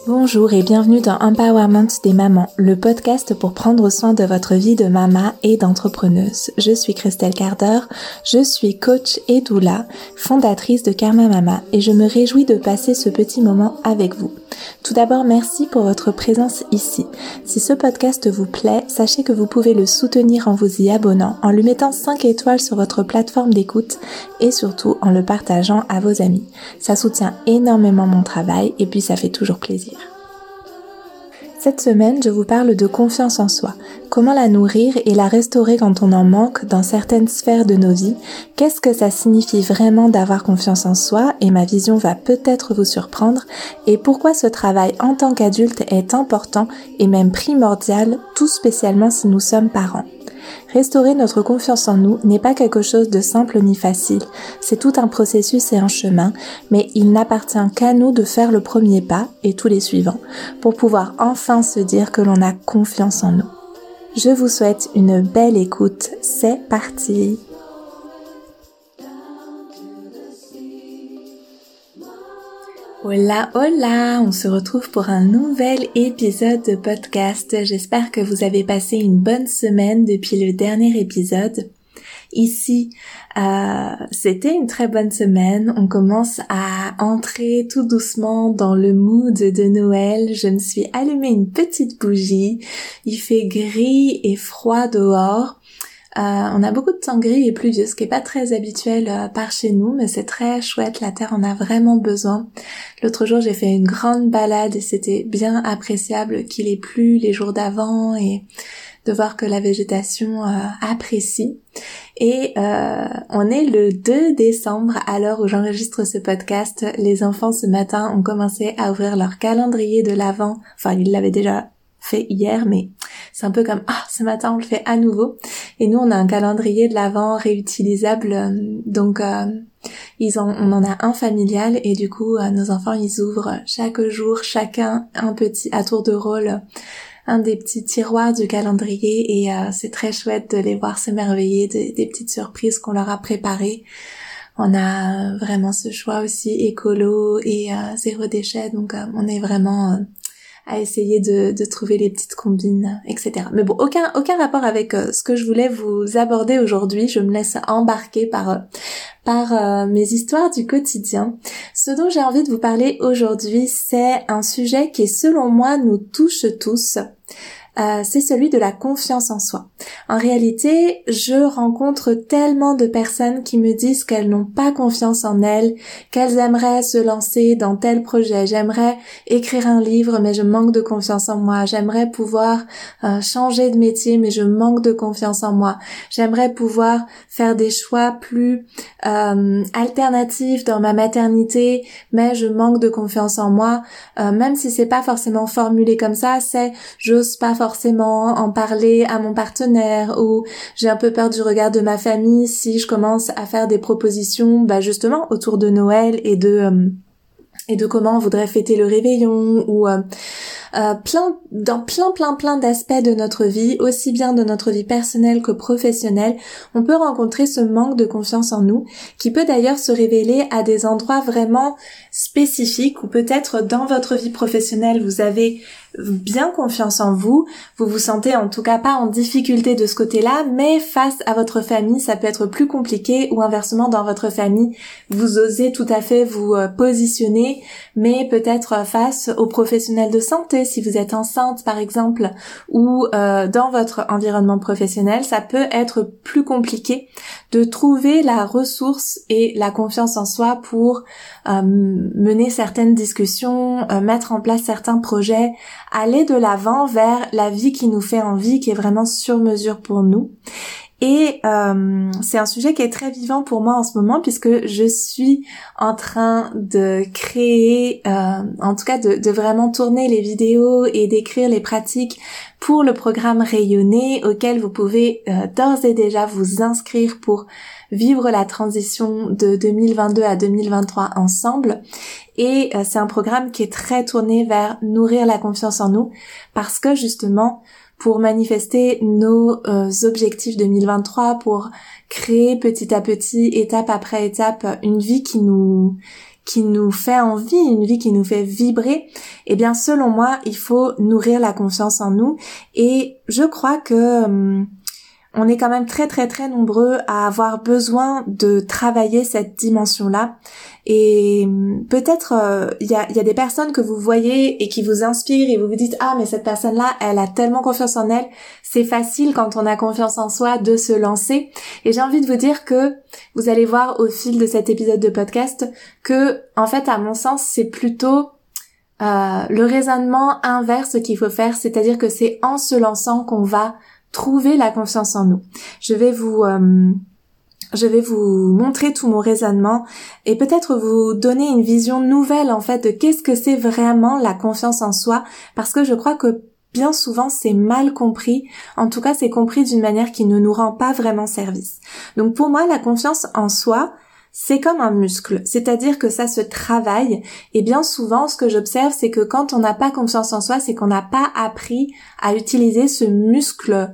Bonjour et bienvenue dans Empowerment des mamans, le podcast pour prendre soin de votre vie de maman et d'entrepreneuse. Je suis Christelle Carder, je suis coach et doula, fondatrice de Karma Mama et je me réjouis de passer ce petit moment avec vous. Tout d'abord, merci pour votre présence ici. Si ce podcast vous plaît, sachez que vous pouvez le soutenir en vous y abonnant, en lui mettant 5 étoiles sur votre plateforme d'écoute et surtout en le partageant à vos amis. Ça soutient énormément mon travail et puis ça fait toujours plaisir. Cette semaine, je vous parle de confiance en soi. Comment la nourrir et la restaurer quand on en manque dans certaines sphères de nos vies? Qu'est-ce que ça signifie vraiment d'avoir confiance en soi? Et ma vision va peut-être vous surprendre. Et pourquoi ce travail en tant qu'adulte est important et même primordial, tout spécialement si nous sommes parents. Restaurer notre confiance en nous n'est pas quelque chose de simple ni facile. C'est tout un processus et un chemin, mais il n'appartient qu'à nous de faire le premier pas et tous les suivants pour pouvoir enfin se dire que l'on a confiance en nous. Je vous souhaite une belle écoute. C'est parti! Hola, hola! On se retrouve pour un nouvel épisode de podcast. J'espère que vous avez passé une bonne semaine depuis le dernier épisode. Ici, c'était une très bonne semaine. On commence à entrer tout doucement dans le mood de Noël. Je me suis allumé une petite bougie. Il fait gris et froid dehors. On a beaucoup de temps gris et pluvieux, ce qui est pas très habituel par chez nous, mais c'est très chouette, la terre en a vraiment besoin. L'autre jour, j'ai fait une grande balade et c'était bien appréciable qu'il ait plu les jours d'avant et de voir que la végétation apprécie. Et on est le 2 décembre à l'heure où j'enregistre ce podcast. Les enfants ce matin ont commencé à ouvrir leur calendrier de l'Avent. Enfin, ils l'avaient déjà fait hier, mais c'est un peu comme ce matin on le fait à nouveau. Et nous on a un calendrier de l'Avent réutilisable, donc on en a un familial et du coup nos enfants ils ouvrent chaque jour chacun un petit à tour de rôle un des petits tiroirs du calendrier et c'est très chouette de les voir s'émerveiller des petites surprises qu'on leur a préparées. On a vraiment ce choix aussi écolo et zéro déchet, donc on est vraiment à essayer de trouver les petites combines, etc. Mais bon, aucun rapport avec ce que je voulais vous aborder aujourd'hui. Je me laisse embarquer par mes histoires du quotidien. Ce dont j'ai envie de vous parler aujourd'hui, c'est un sujet qui, selon moi, nous touche tous. C'est celui de la confiance en soi. En réalité, je rencontre tellement de personnes qui me disent qu'elles n'ont pas confiance en elles, qu'elles aimeraient se lancer dans tel projet. J'aimerais écrire un livre, mais je manque de confiance en moi. J'aimerais pouvoir changer de métier, mais je manque de confiance en moi. J'aimerais pouvoir faire des choix plus alternatifs dans ma maternité, mais je manque de confiance en moi. Même si c'est pas forcément formulé comme ça, c'est j'ose pas forcément en parler à mon partenaire ou j'ai un peu peur du regard de ma famille si je commence à faire des propositions justement autour de Noël et de comment on voudrait fêter le réveillon ou plein d'aspects de notre vie, aussi bien de notre vie personnelle que professionnelle, on peut rencontrer ce manque de confiance en nous, qui peut d'ailleurs se révéler à des endroits vraiment spécifiques, ou peut-être dans votre vie professionnelle, vous avez bien confiance en vous, vous vous sentez en tout cas pas en difficulté de ce côté-là, mais face à votre famille, ça peut être plus compliqué, ou inversement, dans votre famille, vous osez tout à fait vous positionner, mais peut-être face aux professionnels de santé, si vous êtes enceinte par exemple, ou dans votre environnement professionnel, ça peut être plus compliqué de trouver la ressource et la confiance en soi pour mener certaines discussions, mettre en place certains projets, aller de l'avant vers la vie qui nous fait envie, qui est vraiment sur mesure pour nous. Et c'est un sujet qui est très vivant pour moi en ce moment puisque je suis en train de créer, en tout cas de vraiment tourner les vidéos et d'écrire les pratiques pour le programme Rayonner auquel vous pouvez d'ores et déjà vous inscrire pour vivre la transition de 2022 à 2023 ensemble. Et c'est un programme qui est très tourné vers nourrir la confiance en nous parce que justement pour manifester nos objectifs 2023, pour créer petit à petit, étape après étape, une vie qui nous qui nous fait envie, une vie qui nous fait vibrer, eh bien selon moi, il faut nourrir la confiance en nous. Et je crois que on est quand même très très très nombreux à avoir besoin de travailler cette dimension-là. Et peut-être il y a des personnes que vous voyez et qui vous inspirent et vous vous dites « Ah, mais cette personne-là, elle a tellement confiance en elle. » C'est facile quand on a confiance en soi de se lancer. Et j'ai envie de vous dire que vous allez voir au fil de cet épisode de podcast que, en fait, à mon sens, c'est plutôt le raisonnement inverse qu'il faut faire. C'est-à-dire que c'est en se lançant qu'on va trouver la confiance en nous. Je vais vous montrer tout mon raisonnement et peut-être vous donner une vision nouvelle en fait de qu'est-ce que c'est vraiment la confiance en soi, parce que je crois que bien souvent c'est mal compris. En tout cas, c'est compris d'une manière qui ne nous rend pas vraiment service. Donc pour moi, la confiance en soi, c'est comme un muscle, c'est-à-dire que ça se travaille, et bien souvent ce que j'observe c'est que quand on n'a pas confiance en soi, c'est qu'on n'a pas appris à utiliser ce muscle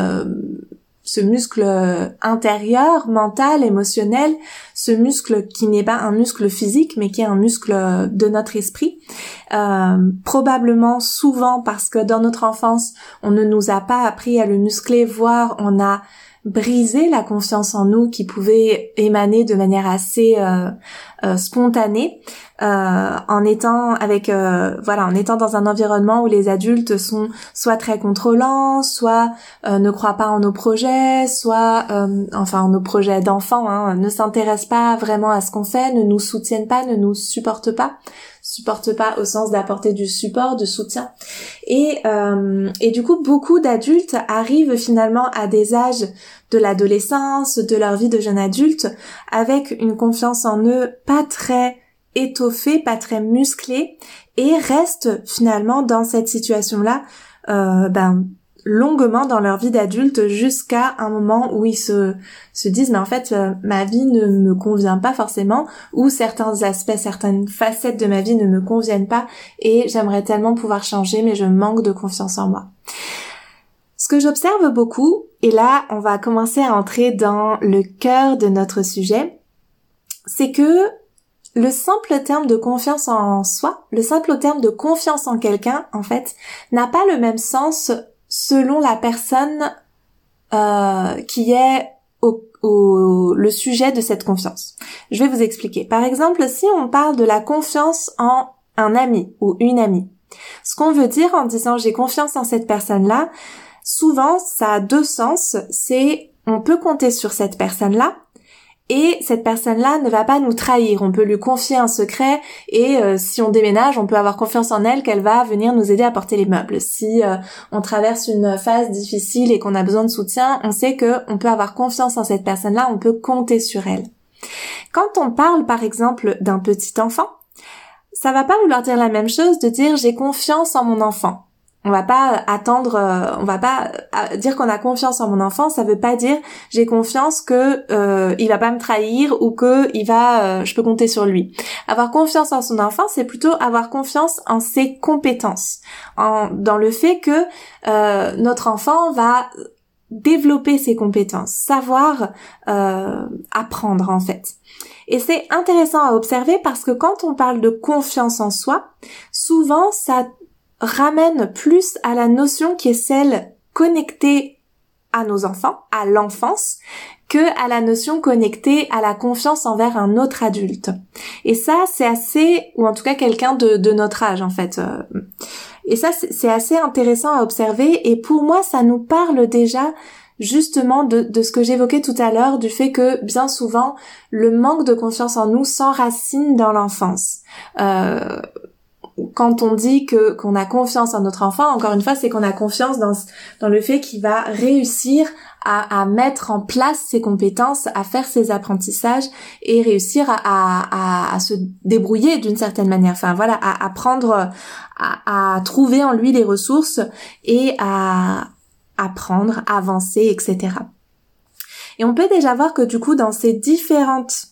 intérieur, mental, émotionnel, ce muscle qui n'est pas un muscle physique mais qui est un muscle de notre esprit. Probablement souvent parce que dans notre enfance, on ne nous a pas appris à le muscler, voire on a brisé la confiance en nous qui pouvait émaner de manière assez spontanée en étant dans un environnement où les adultes sont soit très contrôlants, soit ne croient pas en nos projets, soit en nos projets d'enfants, ne s'intéressent pas vraiment à ce qu'on fait, ne nous soutiennent pas, ne nous supportent pas au sens d'apporter du support, de soutien. Et du coup, beaucoup d'adultes arrivent finalement à des âges de l'adolescence, de leur vie de jeune adulte, avec une confiance en eux pas très étoffée, pas très musclée, et restent finalement dans cette situation-là longuement dans leur vie d'adulte jusqu'à un moment où ils se disent mais en fait ma vie ne me convient pas forcément, ou certains aspects, certaines facettes de ma vie ne me conviennent pas et j'aimerais tellement pouvoir changer mais je manque de confiance en moi. Ce que j'observe beaucoup, et là on va commencer à entrer dans le cœur de notre sujet, c'est que le simple terme de confiance en soi, le simple terme de confiance en quelqu'un, en fait, n'a pas le même sens selon la personne qui est le sujet de cette confiance. Je vais vous expliquer. Par exemple, si on parle de la confiance en un ami ou une amie, ce qu'on veut dire en disant j'ai confiance en cette personne-là, souvent ça a deux sens. C'est on peut compter sur cette personne-là, et cette personne-là ne va pas nous trahir. On peut lui confier un secret et si on déménage, on peut avoir confiance en elle qu'elle va venir nous aider à porter les meubles. Si on traverse une phase difficile et qu'on a besoin de soutien, on sait que on peut avoir confiance en cette personne-là, on peut compter sur elle. Quand on parle par exemple d'un petit enfant, ça va pas vouloir dire la même chose de dire j'ai confiance en mon enfant. On va pas dire qu'on a confiance en mon enfant, ça veut pas dire j'ai confiance que il va pas me trahir ou que je peux compter sur lui. Avoir confiance en son enfant, c'est plutôt avoir confiance en ses compétences, dans le fait que notre enfant va développer ses compétences, savoir apprendre en fait. Et c'est intéressant à observer parce que quand on parle de confiance en soi, souvent ça ramène plus à la notion qui est celle connectée à nos enfants, à l'enfance, que à la notion connectée à la confiance envers un autre adulte. Et ça, c'est assez, ou en tout cas quelqu'un de notre âge en fait. Et ça, c'est assez intéressant à observer. Et pour moi, ça nous parle déjà justement de ce que j'évoquais tout à l'heure, du fait que bien souvent, le manque de confiance en nous s'enracine dans l'enfance. Quand on dit qu'on a confiance en notre enfant, encore une fois, c'est qu'on a confiance dans le fait qu'il va réussir à mettre en place ses compétences, à faire ses apprentissages et réussir à se débrouiller d'une certaine manière. Enfin voilà, à apprendre, à trouver en lui les ressources et à apprendre, avancer, etc. Et on peut déjà voir que du coup, dans ces différentes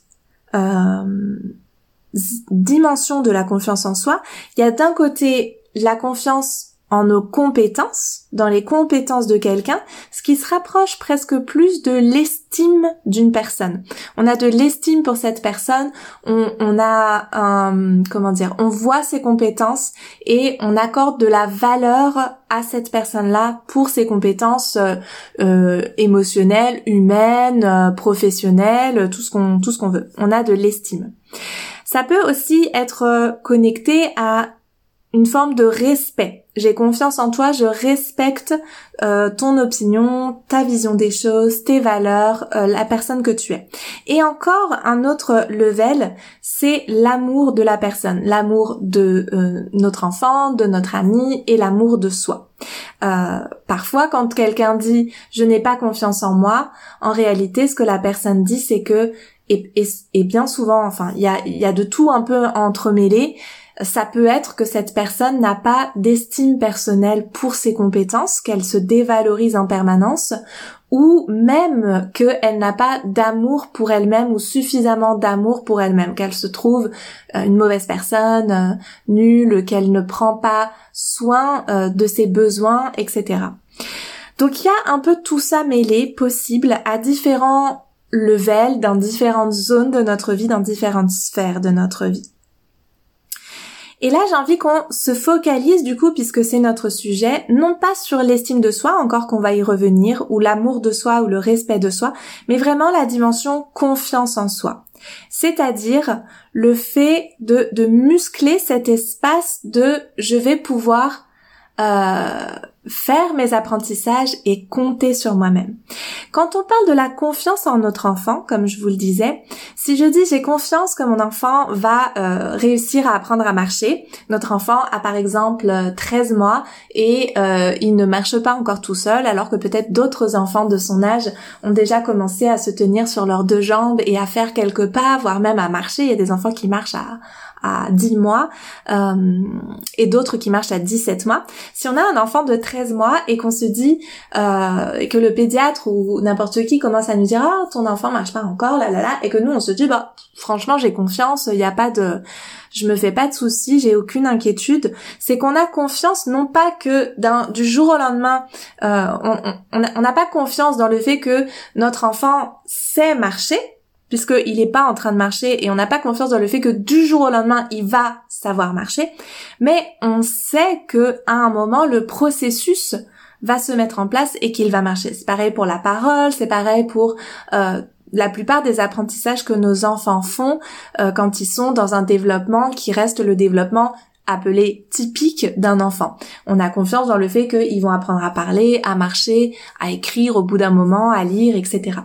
dimension de la confiance en soi, il y a d'un côté la confiance en nos compétences, dans les compétences de quelqu'un, ce qui se rapproche presque plus de l'estime d'une personne. On a de l'estime pour cette personne, on a on voit ses compétences et on accorde de la valeur à cette personne-là pour ses compétences émotionnelles, humaines, professionnelles, tout ce qu'on veut. On a de l'estime. Ça peut aussi être connecté à une forme de respect. J'ai confiance en toi, je respecte ton opinion, ta vision des choses, tes valeurs, la personne que tu es. Et encore un autre level, c'est l'amour de la personne, l'amour de notre enfant, de notre ami et l'amour de soi. Parfois, quand quelqu'un dit « je n'ai pas confiance en moi », en réalité, ce que la personne dit, c'est que, et bien souvent, enfin, il y a de tout un peu entremêlé. Ça peut être que cette personne n'a pas d'estime personnelle pour ses compétences, qu'elle se dévalorise en permanence, ou même qu'elle n'a pas d'amour pour elle-même ou suffisamment d'amour pour elle-même, qu'elle se trouve une mauvaise personne, nulle, qu'elle ne prend pas soin de ses besoins, etc. Donc il y a un peu tout ça mêlé, possible, à différents levels, dans différentes zones de notre vie, dans différentes sphères de notre vie. Et là, j'ai envie qu'on se focalise du coup, puisque c'est notre sujet, non pas sur l'estime de soi, encore qu'on va y revenir, ou l'amour de soi, ou le respect de soi, mais vraiment la dimension confiance en soi. C'est-à-dire le fait de muscler cet espace de je vais pouvoir faire mes apprentissages et compter sur moi-même. Quand on parle de la confiance en notre enfant, comme je vous le disais, si je dis j'ai confiance que mon enfant va réussir à apprendre à marcher, notre enfant a par exemple 13 mois et il ne marche pas encore tout seul, alors que peut-être d'autres enfants de son âge ont déjà commencé à se tenir sur leurs deux jambes et à faire quelques pas, voire même à marcher. Il y a des enfants qui marchent à 10 mois et d'autres qui marchent à 17 mois. Si on a un enfant de 13 mois et qu'on se dit que le pédiatre ou n'importe qui commence à nous dire « Ah, ton enfant marche pas encore, là, et que nous, on se dit « Bah, franchement, j'ai confiance, il y a pas de... Je me fais pas de soucis, j'ai aucune inquiétude. » C'est qu'on a confiance, non pas que du jour au lendemain, on n'a pas confiance dans le fait que notre enfant sait marcher, puisqu'il est pas en train de marcher, et on n'a pas confiance dans le fait que du jour au lendemain, il va savoir marcher, mais on sait que à un moment, le processus va se mettre en place et qu'il va marcher. C'est pareil pour la parole, c'est pareil pour la plupart des apprentissages que nos enfants font quand ils sont dans un développement qui reste le développement appelé typique d'un enfant. On a confiance dans le fait qu'ils vont apprendre à parler, à marcher, à écrire au bout d'un moment, à lire, etc.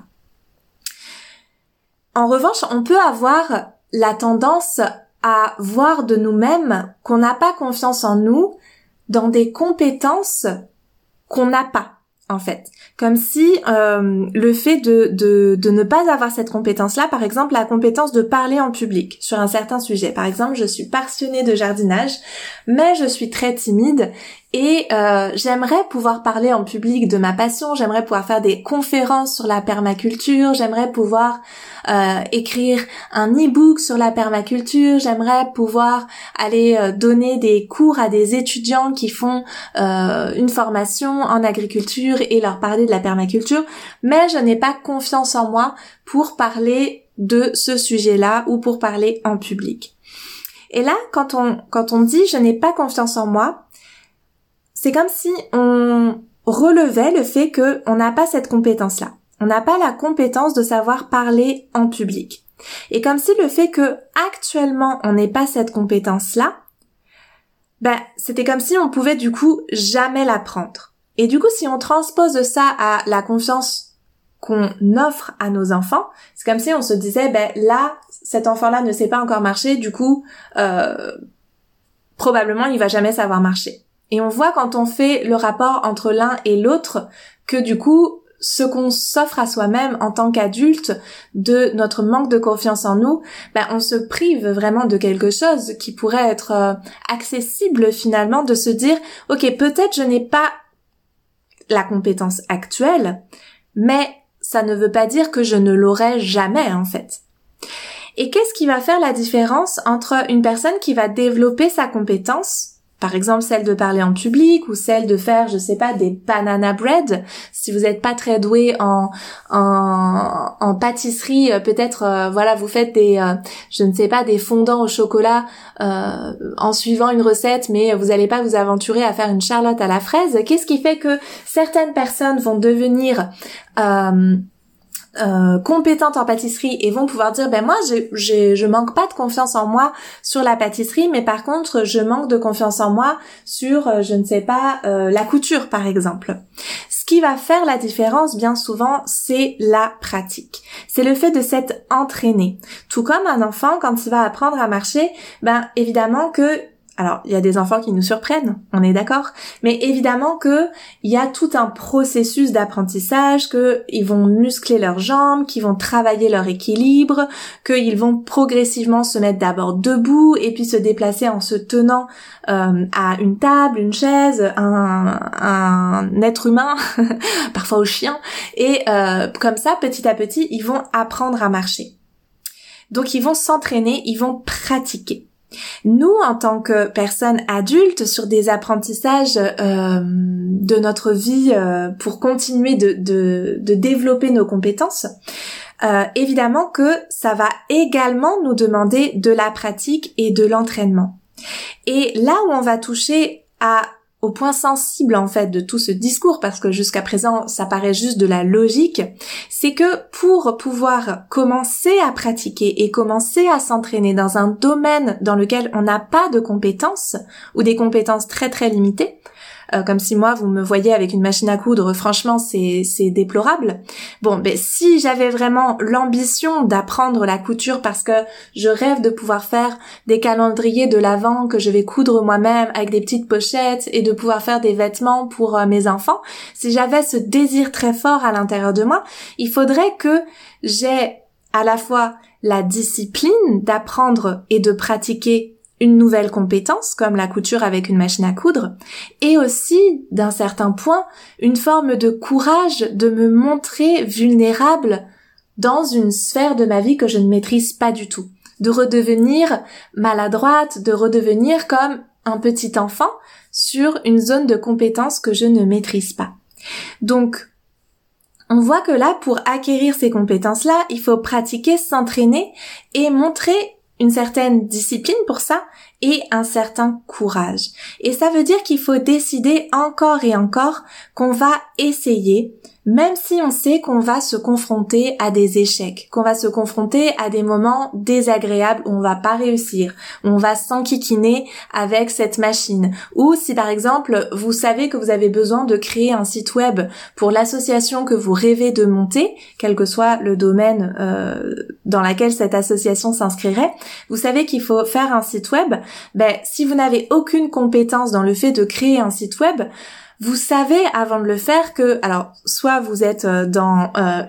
En revanche, on peut avoir la tendance à voir de nous-mêmes qu'on n'a pas confiance en nous dans des compétences qu'on n'a pas, en fait. Comme si le fait de ne pas avoir cette compétence-là, par exemple la compétence de parler en public sur un certain sujet. Par exemple, je suis passionnée de jardinage, mais je suis très timide et j'aimerais pouvoir parler en public de ma passion, j'aimerais pouvoir faire des conférences sur la permaculture, j'aimerais pouvoir écrire un e-book sur la permaculture, j'aimerais pouvoir aller donner des cours à des étudiants qui font une formation en agriculture et leur parler de la permaculture, mais je n'ai pas confiance en moi pour parler de ce sujet-là ou pour parler en public. Et là, quand on dit je n'ai pas confiance en moi, c'est comme si on relevait le fait qu'on n'a pas cette compétence-là. On n'a pas la compétence de savoir parler en public. Et comme si le fait que actuellement on n'ait pas cette compétence-là, c'était comme si on pouvait du coup jamais l'apprendre. Et du coup, si on transpose ça à la confiance qu'on offre à nos enfants, c'est comme si on se disait, là, cet enfant-là ne sait pas encore marcher, du coup, probablement il va jamais savoir marcher. Et on voit quand on fait le rapport entre l'un et l'autre que du coup, ce qu'on s'offre à soi-même en tant qu'adulte de notre manque de confiance en nous, on se prive vraiment de quelque chose qui pourrait être accessible finalement, de se dire ok, peut-être je n'ai pas la compétence actuelle, mais ça ne veut pas dire que je ne l'aurai jamais en fait. Et qu'est-ce qui va faire la différence entre une personne qui va développer sa compétence par exemple celle de parler en public ou celle de faire, je sais pas, des banana bread. Si vous n'êtes pas très doué en pâtisserie, peut-être voilà, vous faites des je ne sais pas, des fondants au chocolat en suivant une recette, mais vous n'allez pas vous aventurer à faire une charlotte à la fraise. Qu'est-ce qui fait que certaines personnes vont devenir compétentes en pâtisserie et vont pouvoir dire moi je manque pas de confiance en moi sur la pâtisserie, mais par contre je manque de confiance en moi sur je ne sais pas la couture par exemple. Ce qui va faire la différence bien souvent, c'est la pratique. C'est le fait de s'être entraîné. Tout comme un enfant quand il va apprendre à marcher, évidemment que alors, il y a des enfants qui nous surprennent, on est d'accord, mais évidemment que il y a tout un processus d'apprentissage, que ils vont muscler leurs jambes, qu'ils vont travailler leur équilibre, qu'ils vont progressivement se mettre d'abord debout et puis se déplacer en se tenant à une table, une chaise, un être humain, parfois au chien, et comme ça, petit à petit, ils vont apprendre à marcher. Donc, ils vont s'entraîner, ils vont pratiquer. Nous, en tant que personnes adultes, sur des apprentissages de notre vie pour continuer de développer nos compétences, évidemment que ça va également nous demander de la pratique et de l'entraînement. Et là où on va toucher au point sensible en fait de tout ce discours, parce que jusqu'à présent ça paraît juste de la logique, c'est que pour pouvoir commencer à pratiquer et commencer à s'entraîner dans un domaine dans lequel on n'a pas de compétences ou des compétences très très limitées, comme si moi vous me voyez avec une machine à coudre, franchement c'est déplorable. Bon, si j'avais vraiment l'ambition d'apprendre la couture parce que je rêve de pouvoir faire des calendriers de l'Avent que je vais coudre moi-même avec des petites pochettes et de pouvoir faire des vêtements pour mes enfants, si j'avais ce désir très fort à l'intérieur de moi, il faudrait que j'ai à la fois la discipline d'apprendre et de pratiquer une nouvelle compétence comme la couture avec une machine à coudre, et aussi, d'un certain point, une forme de courage de me montrer vulnérable dans une sphère de ma vie que je ne maîtrise pas du tout, de redevenir maladroite, de redevenir comme un petit enfant sur une zone de compétence que je ne maîtrise pas. Donc, on voit que là, pour acquérir ces compétences-là, il faut pratiquer, s'entraîner et montrer une certaine discipline pour ça et un certain courage. Et ça veut dire qu'il faut décider encore et encore qu'on va essayer, même si on sait qu'on va se confronter à des échecs, qu'on va se confronter à des moments désagréables où on va pas réussir, où on va s'enquiquiner avec cette machine. Ou si par exemple, vous savez que vous avez besoin de créer un site web pour l'association que vous rêvez de monter, quel que soit le domaine dans lequel cette association s'inscrirait, vous savez qu'il faut faire un site web. Si vous n'avez aucune compétence dans le fait de créer un site web, vous savez avant de le faire que, alors, soit vous êtes dans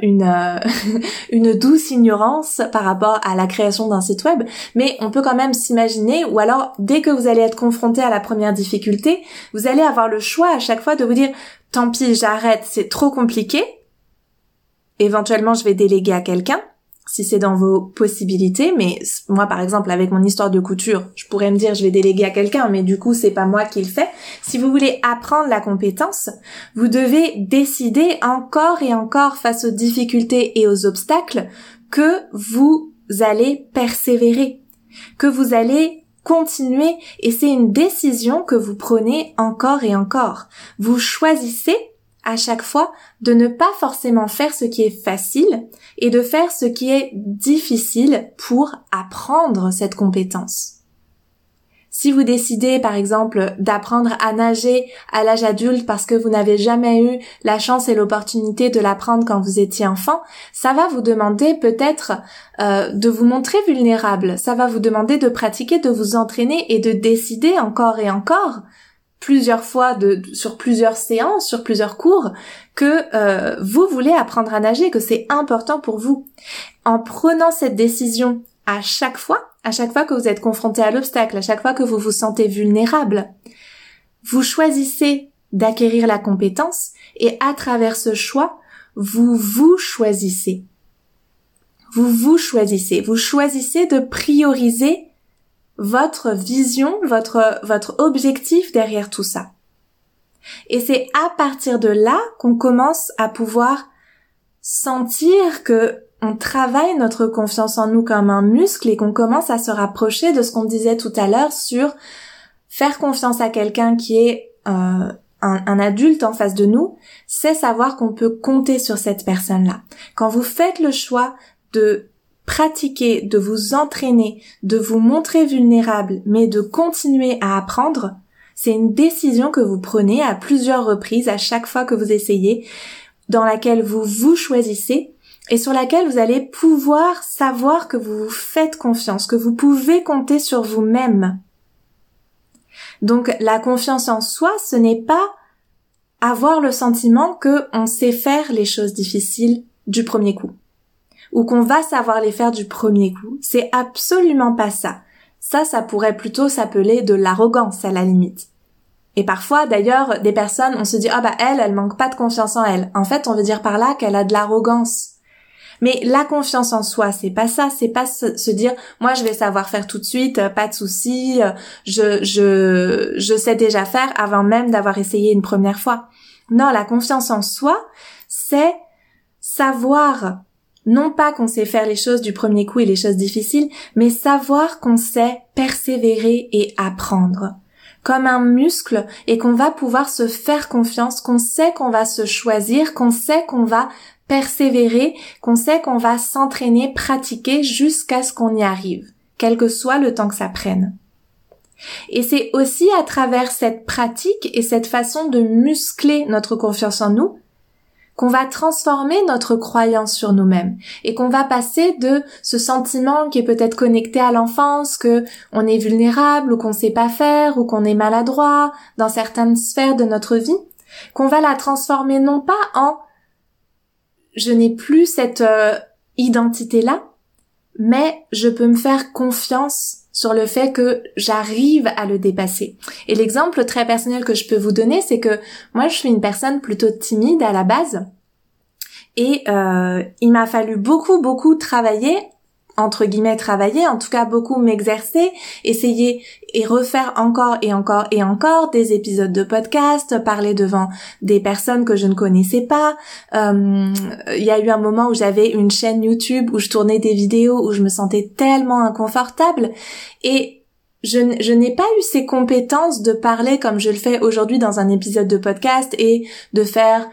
une douce ignorance par rapport à la création d'un site web, mais on peut quand même s'imaginer, ou alors dès que vous allez être confronté à la première difficulté, vous allez avoir le choix à chaque fois de vous dire « tant pis, j'arrête, c'est trop compliqué ». Éventuellement, je vais déléguer à quelqu'un, si c'est dans vos possibilités, mais moi par exemple avec mon histoire de couture, je pourrais me dire je vais déléguer à quelqu'un, mais du coup c'est pas moi qui le fais. Si vous voulez apprendre la compétence, vous devez décider encore et encore face aux difficultés et aux obstacles que vous allez persévérer, que vous allez continuer, et c'est une décision que vous prenez encore et encore. Vous choisissez à chaque fois de ne pas forcément faire ce qui est facile et de faire ce qui est difficile pour apprendre cette compétence. Si vous décidez, par exemple, d'apprendre à nager à l'âge adulte parce que vous n'avez jamais eu la chance et l'opportunité de l'apprendre quand vous étiez enfant, ça va vous demander peut-être de vous montrer vulnérable. Ça va vous demander de pratiquer, de vous entraîner et de décider encore et encore plusieurs fois sur plusieurs séances, sur plusieurs cours, que vous voulez apprendre à nager, que c'est important pour vous. En prenant cette décision à chaque fois que vous êtes confronté à l'obstacle, à chaque fois que vous vous sentez vulnérable, vous choisissez d'acquérir la compétence et à travers ce choix, vous choisissez. Vous choisissez de prioriser votre vision, votre objectif derrière tout ça. Et c'est à partir de là qu'on commence à pouvoir sentir que on travaille notre confiance en nous comme un muscle et qu'on commence à se rapprocher de ce qu'on disait tout à l'heure sur faire confiance à quelqu'un qui est un adulte en face de nous, c'est savoir qu'on peut compter sur cette personne-là. Quand vous faites le choix de pratiquer, de vous entraîner, de vous montrer vulnérable, mais de continuer à apprendre, c'est une décision que vous prenez à plusieurs reprises, à chaque fois que vous essayez, dans laquelle vous vous choisissez et sur laquelle vous allez pouvoir savoir que vous vous faites confiance, que vous pouvez compter sur vous-même. Donc la confiance en soi, ce n'est pas avoir le sentiment que on sait faire les choses difficiles du premier coup ou qu'on va savoir les faire du premier coup. C'est absolument pas ça. Ça pourrait plutôt s'appeler de l'arrogance à la limite. Et parfois, d'ailleurs, des personnes, on se dit « Ah bah elle manque pas de confiance en elle ». En fait, on veut dire par là qu'elle a de l'arrogance. Mais la confiance en soi, c'est pas ça, c'est pas se dire « Moi, je vais savoir faire tout de suite, pas de souci, je sais déjà faire avant même d'avoir essayé une première fois ». Non, la confiance en soi, c'est savoir, non pas qu'on sait faire les choses du premier coup et les choses difficiles, mais savoir qu'on sait persévérer et apprendre. Comme un muscle et qu'on va pouvoir se faire confiance, qu'on sait qu'on va se choisir, qu'on sait qu'on va persévérer, qu'on sait qu'on va s'entraîner, pratiquer jusqu'à ce qu'on y arrive, quel que soit le temps que ça prenne. Et c'est aussi à travers cette pratique et cette façon de muscler notre confiance en nous qu'on va transformer notre croyance sur nous-mêmes et qu'on va passer de ce sentiment qui est peut-être connecté à l'enfance, que on est vulnérable ou qu'on sait pas faire ou qu'on est maladroit dans certaines sphères de notre vie, qu'on va la transformer non pas en je n'ai plus cette identité-là, mais je peux me faire confiance sur le fait que j'arrive à le dépasser. Et l'exemple très personnel que je peux vous donner, c'est que moi, je suis une personne plutôt timide à la base. Et il m'a fallu beaucoup travailler, entre guillemets travailler, en tout cas beaucoup m'exercer, essayer et refaire encore des épisodes de podcast, parler devant des personnes que je ne connaissais pas. Il y a eu un moment où j'avais une chaîne YouTube où je tournais des vidéos où je me sentais tellement inconfortable et je n'ai pas eu ces compétences de parler comme je le fais aujourd'hui dans un épisode de podcast et de faire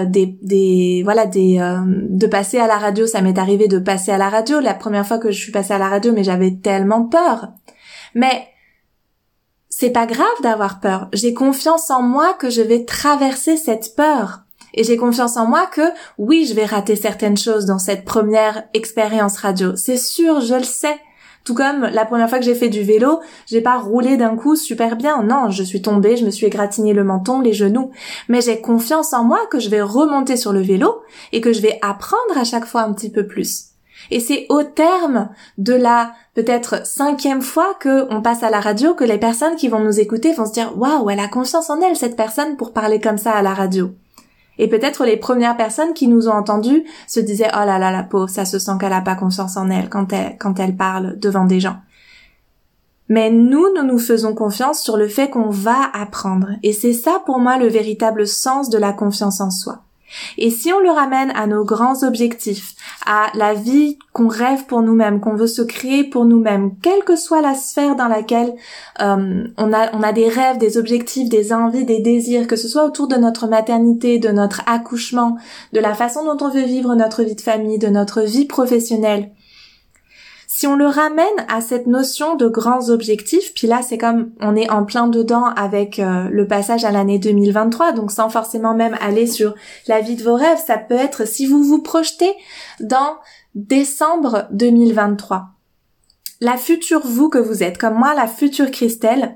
de passer à la radio. Ça m'est arrivé de passer à la radio la première fois que je suis passée à la radio, mais j'avais tellement peur. Mais c'est pas grave d'avoir peur. J'ai confiance en moi que je vais traverser cette peur. Et j'ai confiance en moi que oui, je vais rater certaines choses dans cette première expérience radio. C'est sûr, je le sais. Tout comme la première fois que j'ai fait du vélo, j'ai pas roulé d'un coup super bien. Non, je suis tombée, je me suis égratigné le menton, les genoux. Mais j'ai confiance en moi que je vais remonter sur le vélo et que je vais apprendre à chaque fois un petit peu plus. Et c'est au terme de la peut-être 5e fois que on passe à la radio que les personnes qui vont nous écouter vont se dire « Waouh, elle a confiance en elle, cette personne, pour parler comme ça à la radio ». Et peut-être les premières personnes qui nous ont entendus se disaient « Oh là là, la pauvre, ça se sent qu'elle a pas confiance en elle quand elle parle devant des gens ». Mais nous faisons confiance sur le fait qu'on va apprendre. Et c'est ça pour moi le véritable sens de la confiance en soi. Et si on le ramène à nos grands objectifs, à la vie qu'on rêve pour nous-mêmes, qu'on veut se créer pour nous-mêmes, quelle que soit la sphère dans laquelle on a des rêves, des objectifs, des envies, des désirs, que ce soit autour de notre maternité, de notre accouchement, de la façon dont on veut vivre notre vie de famille, de notre vie professionnelle, si on le ramène à cette notion de grands objectifs, puis là c'est comme on est en plein dedans avec le passage à l'année 2023, donc sans forcément même aller sur la vie de vos rêves, ça peut être si vous vous projetez dans décembre 2023. La future vous que vous êtes, comme moi la future Christelle,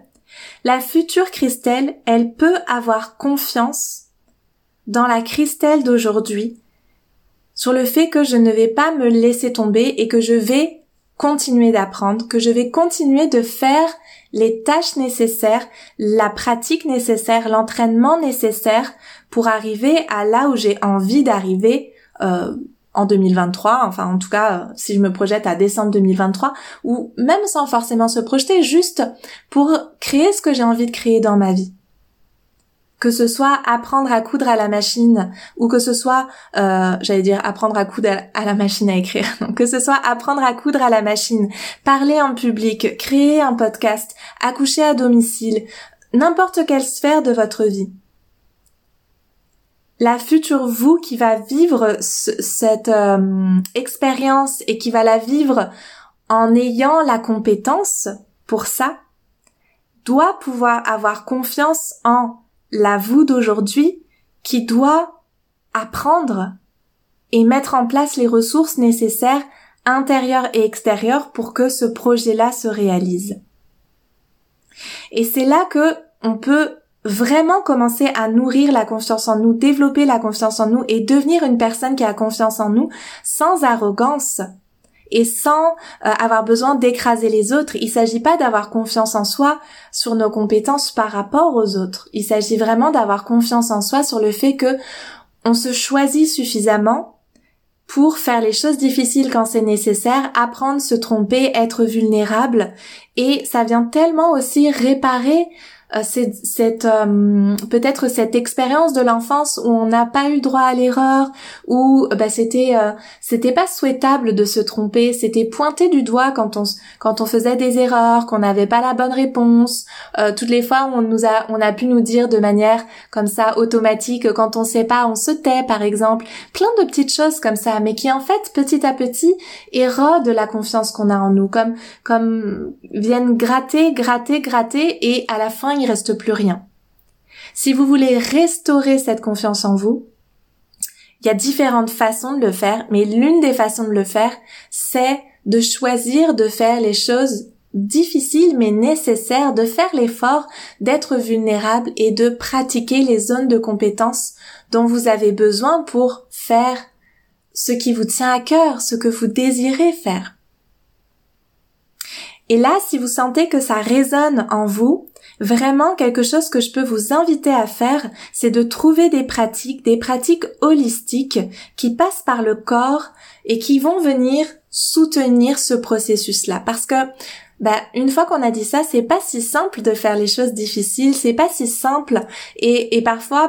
elle peut avoir confiance dans la Christelle d'aujourd'hui, sur le fait que je ne vais pas me laisser tomber et que je vais continuer d'apprendre, que je vais continuer de faire les tâches nécessaires, la pratique nécessaire, l'entraînement nécessaire pour arriver à là où j'ai envie d'arriver en 2023, enfin en tout cas si je me projette à décembre 2023, ou même sans forcément se projeter, juste pour créer ce que j'ai envie de créer dans ma vie. Que ce soit apprendre à coudre à la machine, ou que ce soit, apprendre à coudre à la machine à écrire, donc que ce soit apprendre à coudre à la machine, parler en public, créer un podcast, accoucher à domicile, n'importe quelle sphère de votre vie. La future vous qui va vivre cette expérience et qui va la vivre en ayant la compétence pour ça, doit pouvoir avoir confiance en la vous d'aujourd'hui qui doit apprendre et mettre en place les ressources nécessaires intérieures et extérieures pour que ce projet-là se réalise. Et c'est là que on peut vraiment commencer à nourrir la confiance en nous, développer la confiance en nous et devenir une personne qui a confiance en nous sans arrogance et sans avoir besoin d'écraser les autres. Il s'agit pas d'avoir confiance en soi sur nos compétences par rapport aux autres. Il s'agit vraiment d'avoir confiance en soi sur le fait que on se choisit suffisamment pour faire les choses difficiles quand c'est nécessaire, apprendre, se tromper, être vulnérable. Et ça vient tellement aussi réparer peut-être cette expérience de l'enfance où on n'a pas eu droit à l'erreur, où c'était pas souhaitable de se tromper, c'était pointé du doigt quand on faisait des erreurs, qu'on n'avait pas la bonne réponse, toutes les fois où on a pu nous dire de manière comme ça automatique, quand on sait pas on se tait par exemple, plein de petites choses comme ça, mais qui en fait petit à petit érodent la confiance qu'on a en nous, comme viennent gratter et à la fin il reste plus rien. Si vous voulez restaurer cette confiance en vous, il y a différentes façons de le faire, mais l'une des façons de le faire, c'est de choisir de faire les choses difficiles mais nécessaires, de faire l'effort d'être vulnérable et de pratiquer les zones de compétences dont vous avez besoin pour faire ce qui vous tient à cœur, ce que vous désirez faire. Et là, si vous sentez que ça résonne en vous, vraiment quelque chose que je peux vous inviter à faire, c'est de trouver des pratiques holistiques qui passent par le corps et qui vont venir soutenir ce processus-là. Parce que une fois qu'on a dit ça, c'est pas si simple de faire les choses difficiles, c'est pas si simple et parfois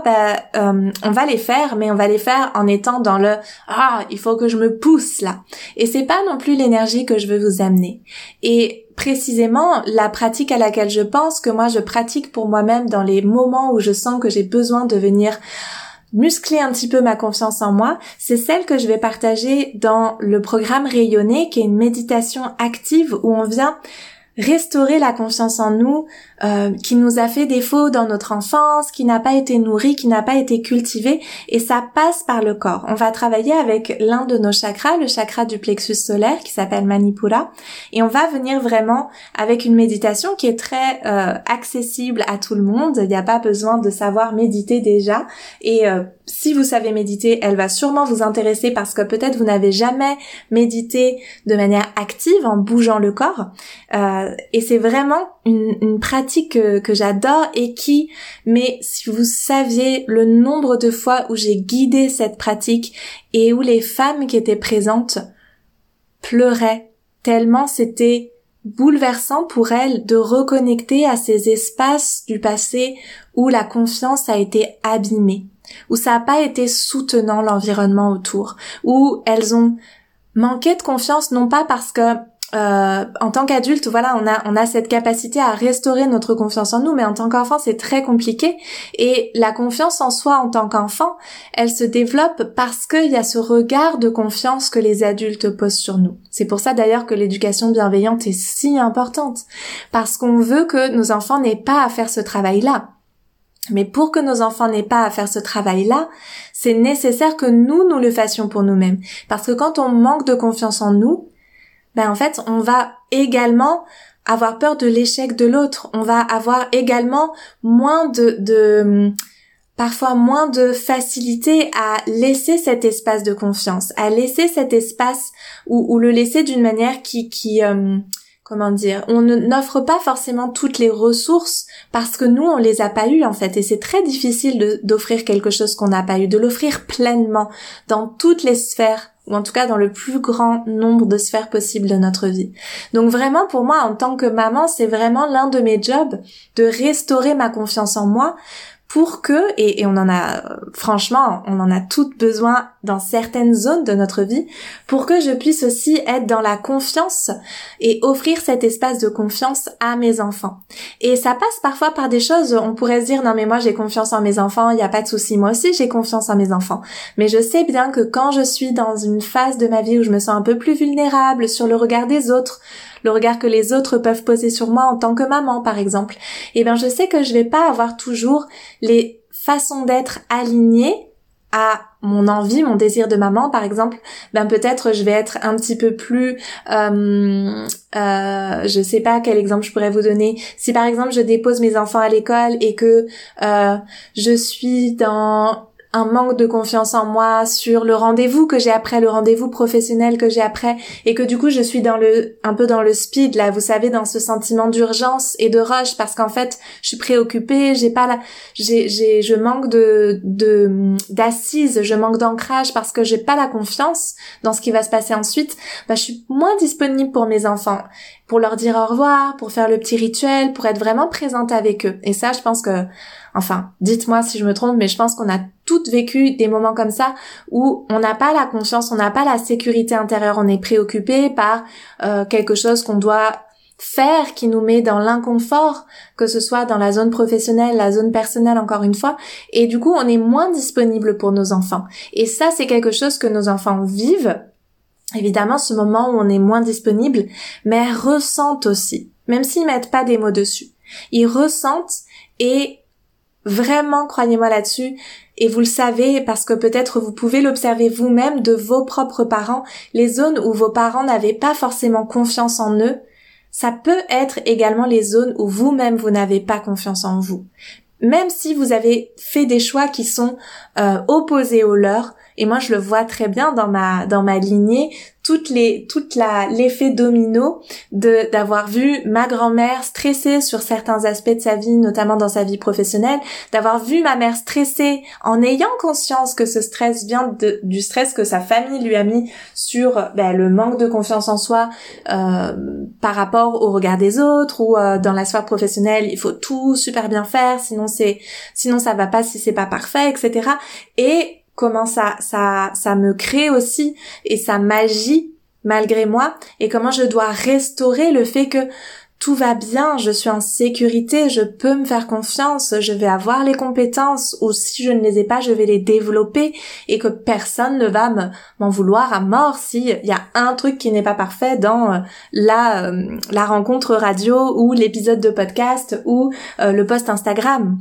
on va les faire, mais on va les faire en étant dans le il faut que je me pousse là. Et c'est pas non plus l'énergie que je veux vous amener. Et précisément, la pratique à laquelle je pense, que moi je pratique pour moi-même dans les moments où je sens que j'ai besoin de venir muscler un petit peu ma confiance en moi, c'est celle que je vais partager dans le programme Rayonner, qui est une méditation active où on vient restaurer la confiance en nous qui nous a fait défaut dans notre enfance, qui n'a pas été nourrie, qui n'a pas été cultivée, et ça passe par le corps. On va travailler avec l'un de nos chakras, le chakra du plexus solaire qui s'appelle Manipura, et on va venir vraiment avec une méditation qui est très accessible à tout le monde. Il n'y a pas besoin de savoir méditer déjà, et si vous savez méditer, elle va sûrement vous intéresser parce que peut-être vous n'avez jamais médité de manière active en bougeant le corps, et c'est vraiment une pratique que j'adore mais si vous saviez le nombre de fois où j'ai guidé cette pratique et où les femmes qui étaient présentes pleuraient tellement c'était bouleversant pour elles de reconnecter à ces espaces du passé où la confiance a été abîmée, où ça n'a pas été soutenant l'environnement autour, où elles ont manqué de confiance, non pas parce que en tant qu'adulte, voilà, on a cette capacité à restaurer notre confiance en nous, mais en tant qu'enfant, c'est très compliqué. Et la confiance en soi en tant qu'enfant, elle se développe parce qu'il y a ce regard de confiance que les adultes posent sur nous. C'est pour ça d'ailleurs que l'éducation bienveillante est si importante, parce qu'on veut que nos enfants n'aient pas à faire ce travail-là. Mais pour que nos enfants n'aient pas à faire ce travail-là, c'est nécessaire que nous le fassions pour nous-mêmes. Parce que quand on manque de confiance en nous, en fait, on va également avoir peur de l'échec de l'autre. On va avoir également parfois moins de facilité à laisser cet espace de confiance, à laisser cet espace ou le laisser d'une manière on n'offre pas forcément toutes les ressources parce que nous on les a pas eues en fait, et c'est très difficile d'offrir quelque chose qu'on n'a pas eu, de l'offrir pleinement dans toutes les sphères ou en tout cas dans le plus grand nombre de sphères possibles de notre vie. Donc vraiment pour moi en tant que maman, c'est vraiment l'un de mes jobs de restaurer ma confiance en moi pour que, et on en a, franchement, on en a toutes besoin dans certaines zones de notre vie, pour que je puisse aussi être dans la confiance et offrir cet espace de confiance à mes enfants. Et ça passe parfois par des choses, on pourrait se dire, non mais moi j'ai confiance en mes enfants, il n'y a pas de souci, moi aussi j'ai confiance en mes enfants. Mais je sais bien que quand je suis dans une phase de ma vie où je me sens un peu plus vulnérable sur le regard des autres, le regard que les autres peuvent poser sur moi en tant que maman, par exemple, eh bien, je sais que je vais pas avoir toujours les façons d'être alignées à mon envie, mon désir de maman, par exemple. Ben, peut-être je vais être un petit peu plus, je sais pas quel exemple je pourrais vous donner. Si, par exemple, je dépose mes enfants à l'école et que, je suis dans un manque de confiance en moi sur le rendez-vous que j'ai après, le rendez-vous professionnel que j'ai après, et que du coup je suis un peu dans le speed là, vous savez, dans ce sentiment d'urgence et de rush parce qu'en fait je suis préoccupée, je manque d'assises, je manque d'ancrage parce que j'ai pas la confiance dans ce qui va se passer ensuite. Je suis moins disponible pour mes enfants, pour leur dire au revoir, pour faire le petit rituel, pour être vraiment présente avec eux. Et ça, je pense que, enfin, dites-moi si je me trompe, mais je pense qu'on a toutes vécu des moments comme ça où on n'a pas la confiance, on n'a pas la sécurité intérieure, on est préoccupé par quelque chose qu'on doit faire qui nous met dans l'inconfort, que ce soit dans la zone professionnelle, la zone personnelle encore une fois, et du coup on est moins disponible pour nos enfants. Et ça, c'est quelque chose que nos enfants vivent, évidemment, ce moment où on est moins disponible, mais ressentent aussi, même s'ils mettent pas des mots dessus. Ils ressentent, et vraiment, croyez-moi là-dessus, et vous le savez parce que peut-être vous pouvez l'observer vous-même de vos propres parents, les zones où vos parents n'avaient pas forcément confiance en eux, ça peut être également les zones où vous-même vous n'avez pas confiance en vous. Même si vous avez fait des choix qui sont opposés aux leurs, et moi je le vois très bien dans ma lignée, l'effet domino d'avoir vu ma grand-mère stressée sur certains aspects de sa vie, notamment dans sa vie professionnelle, d'avoir vu ma mère stressée en ayant conscience que ce stress vient du stress que sa famille lui a mis sur le manque de confiance en soi par rapport au regard des autres, ou dans la sphère professionnelle il faut tout super bien faire, sinon ça va pas si c'est pas parfait, etc. Et comment ça me crée aussi, et ça m'agit malgré moi, et comment je dois restaurer le fait que tout va bien, je suis en sécurité, je peux me faire confiance, je vais avoir les compétences, ou si je ne les ai pas, je vais les développer, et que personne ne va m'en vouloir à mort s'il y a un truc qui n'est pas parfait dans la rencontre radio, ou l'épisode de podcast, ou le post Instagram.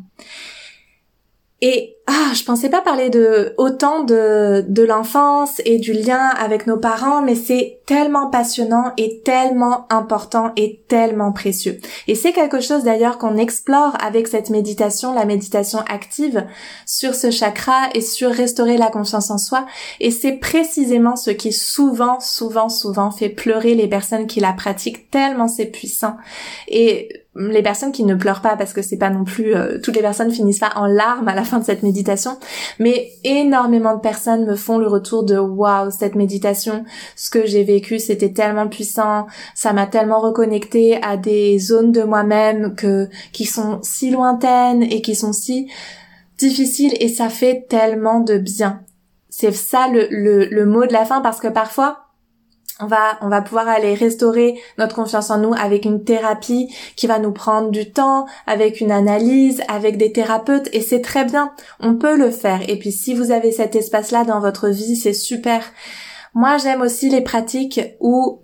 Et je pensais pas parler autant de l'enfance et du lien avec nos parents, mais c'est tellement passionnant et tellement important et tellement précieux. Et c'est quelque chose d'ailleurs qu'on explore avec cette méditation, la méditation active, sur ce chakra et sur restaurer la confiance en soi. Et c'est précisément ce qui souvent fait pleurer les personnes qui la pratiquent, tellement c'est puissant. Et les personnes qui ne pleurent pas, parce que c'est pas non plus toutes les personnes finissent pas en larmes à la fin de cette méditation, mais énormément de personnes me font le retour de waouh, cette méditation, ce que j'ai vécu c'était tellement puissant, ça m'a tellement reconnecté à des zones de moi-même qui sont si lointaines et qui sont si difficiles, et ça fait tellement de bien. C'est ça le mot de la fin, parce que parfois on va pouvoir aller restaurer notre confiance en nous avec une thérapie qui va nous prendre du temps, avec une analyse, avec des thérapeutes, et c'est très bien, on peut le faire. Et puis si vous avez cet espace-là dans votre vie, c'est super. Moi, j'aime aussi les pratiques où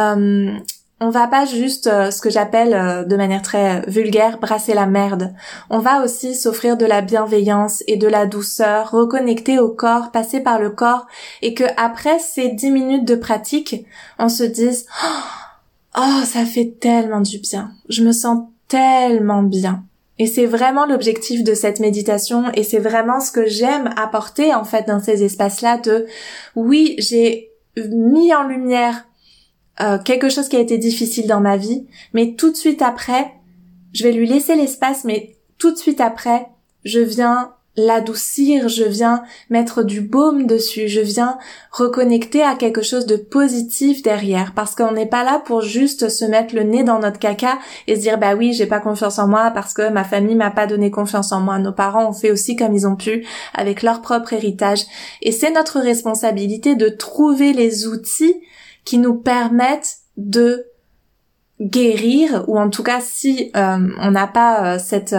on va pas juste, ce que j'appelle de manière très vulgaire, brasser la merde. On va aussi s'offrir de la bienveillance et de la douceur, reconnecter au corps, passer par le corps, et que après ces 10 minutes de pratique, on se dise oh, ça fait tellement du bien. Je me sens tellement bien. Et c'est vraiment l'objectif de cette méditation, et c'est vraiment ce que j'aime apporter en fait dans ces espaces-là oui, j'ai mis en lumière quelque chose qui a été difficile dans ma vie, mais tout de suite après, je vais lui laisser l'espace, mais tout de suite après, je viens l'adoucir, je viens mettre du baume dessus, je viens reconnecter à quelque chose de positif derrière, parce qu'on n'est pas là pour juste se mettre le nez dans notre caca et se dire bah oui, j'ai pas confiance en moi parce que ma famille m'a pas donné confiance en moi. Nos parents ont fait aussi comme ils ont pu avec leur propre héritage, et c'est notre responsabilité de trouver les outils qui nous permettent de guérir, ou en tout cas si on n'a pas cette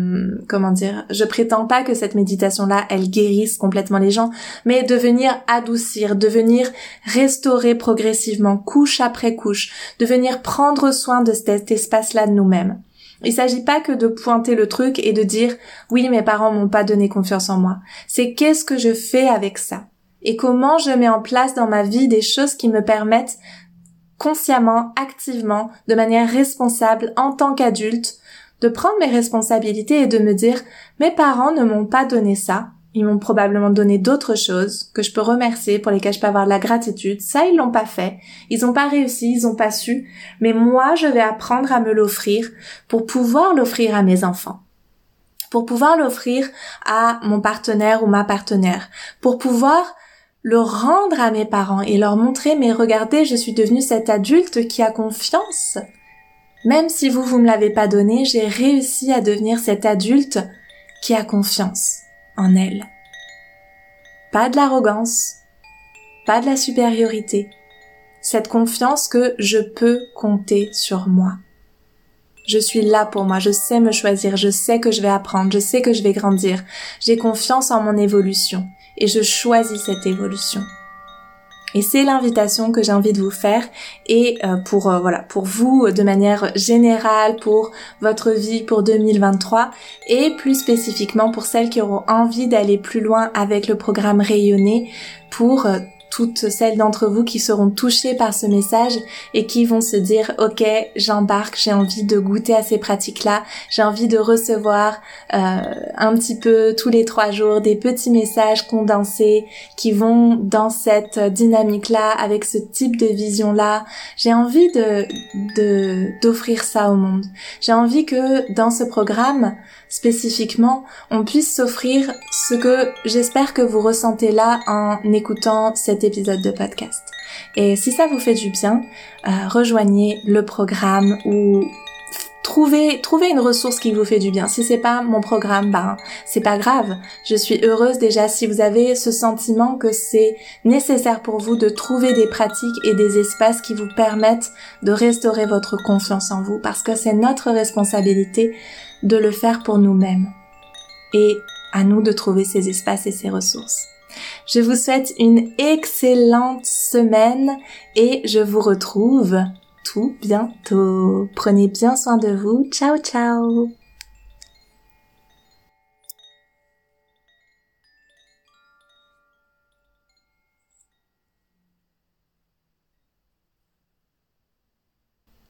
je prétends pas que cette méditation là elle guérisse complètement les gens, mais de venir adoucir, de venir restaurer progressivement couche après couche, de venir prendre soin de cet espace là de nous-mêmes. Il s'agit pas que de pointer le truc et de dire oui, mes parents m'ont pas donné confiance en moi. C'est qu'est-ce que je fais avec ça et comment je mets en place dans ma vie des choses qui me permettent consciemment, activement, de manière responsable en tant qu'adulte, de prendre mes responsabilités et de me dire mes parents ne m'ont pas donné ça, ils m'ont probablement donné d'autres choses que je peux remercier, pour lesquelles je peux avoir de la gratitude. Ça, ils l'ont pas fait, ils ont pas réussi, ils ont pas su, mais moi je vais apprendre à me l'offrir pour pouvoir l'offrir à mes enfants, pour pouvoir l'offrir à mon partenaire ou ma partenaire, pour pouvoir le rendre à mes parents et leur montrer mais regardez, je suis devenue cet adulte qui a confiance. Même si vous me l'avez pas donné, j'ai réussi à devenir cet adulte qui a confiance en elle. Pas de l'arrogance, pas de la supériorité. Cette confiance que je peux compter sur moi. Je suis là pour moi, je sais me choisir, je sais que je vais apprendre, je sais que je vais grandir. J'ai confiance en mon évolution. Et je choisis cette évolution. Et c'est l'invitation que j'ai envie de vous faire, et pour vous de manière générale, pour votre vie pour 2023, et plus spécifiquement pour celles qui auront envie d'aller plus loin avec le programme Rayonner, pour toutes celles d'entre vous qui seront touchées par ce message et qui vont se dire ok, j'embarque, j'ai envie de goûter à ces pratiques-là, j'ai envie de recevoir un petit peu tous les 3 jours des petits messages condensés qui vont dans cette dynamique-là, avec ce type de vision-là. J'ai envie d'offrir ça au monde. J'ai envie que dans ce programme spécifiquement, on puisse s'offrir ce que j'espère que vous ressentez là en écoutant cet épisode de podcast. Et si ça vous fait du bien, rejoignez le programme ou trouvez une ressource qui vous fait du bien. Si c'est pas mon programme, c'est pas grave. Je suis heureuse déjà si vous avez ce sentiment que c'est nécessaire pour vous de trouver des pratiques et des espaces qui vous permettent de restaurer votre confiance en vous, parce que c'est notre responsabilité de le faire pour nous-mêmes. Et à nous de trouver ces espaces et ces ressources. Je vous souhaite une excellente semaine et je vous retrouve tout bientôt. Prenez bien soin de vous. Ciao, ciao!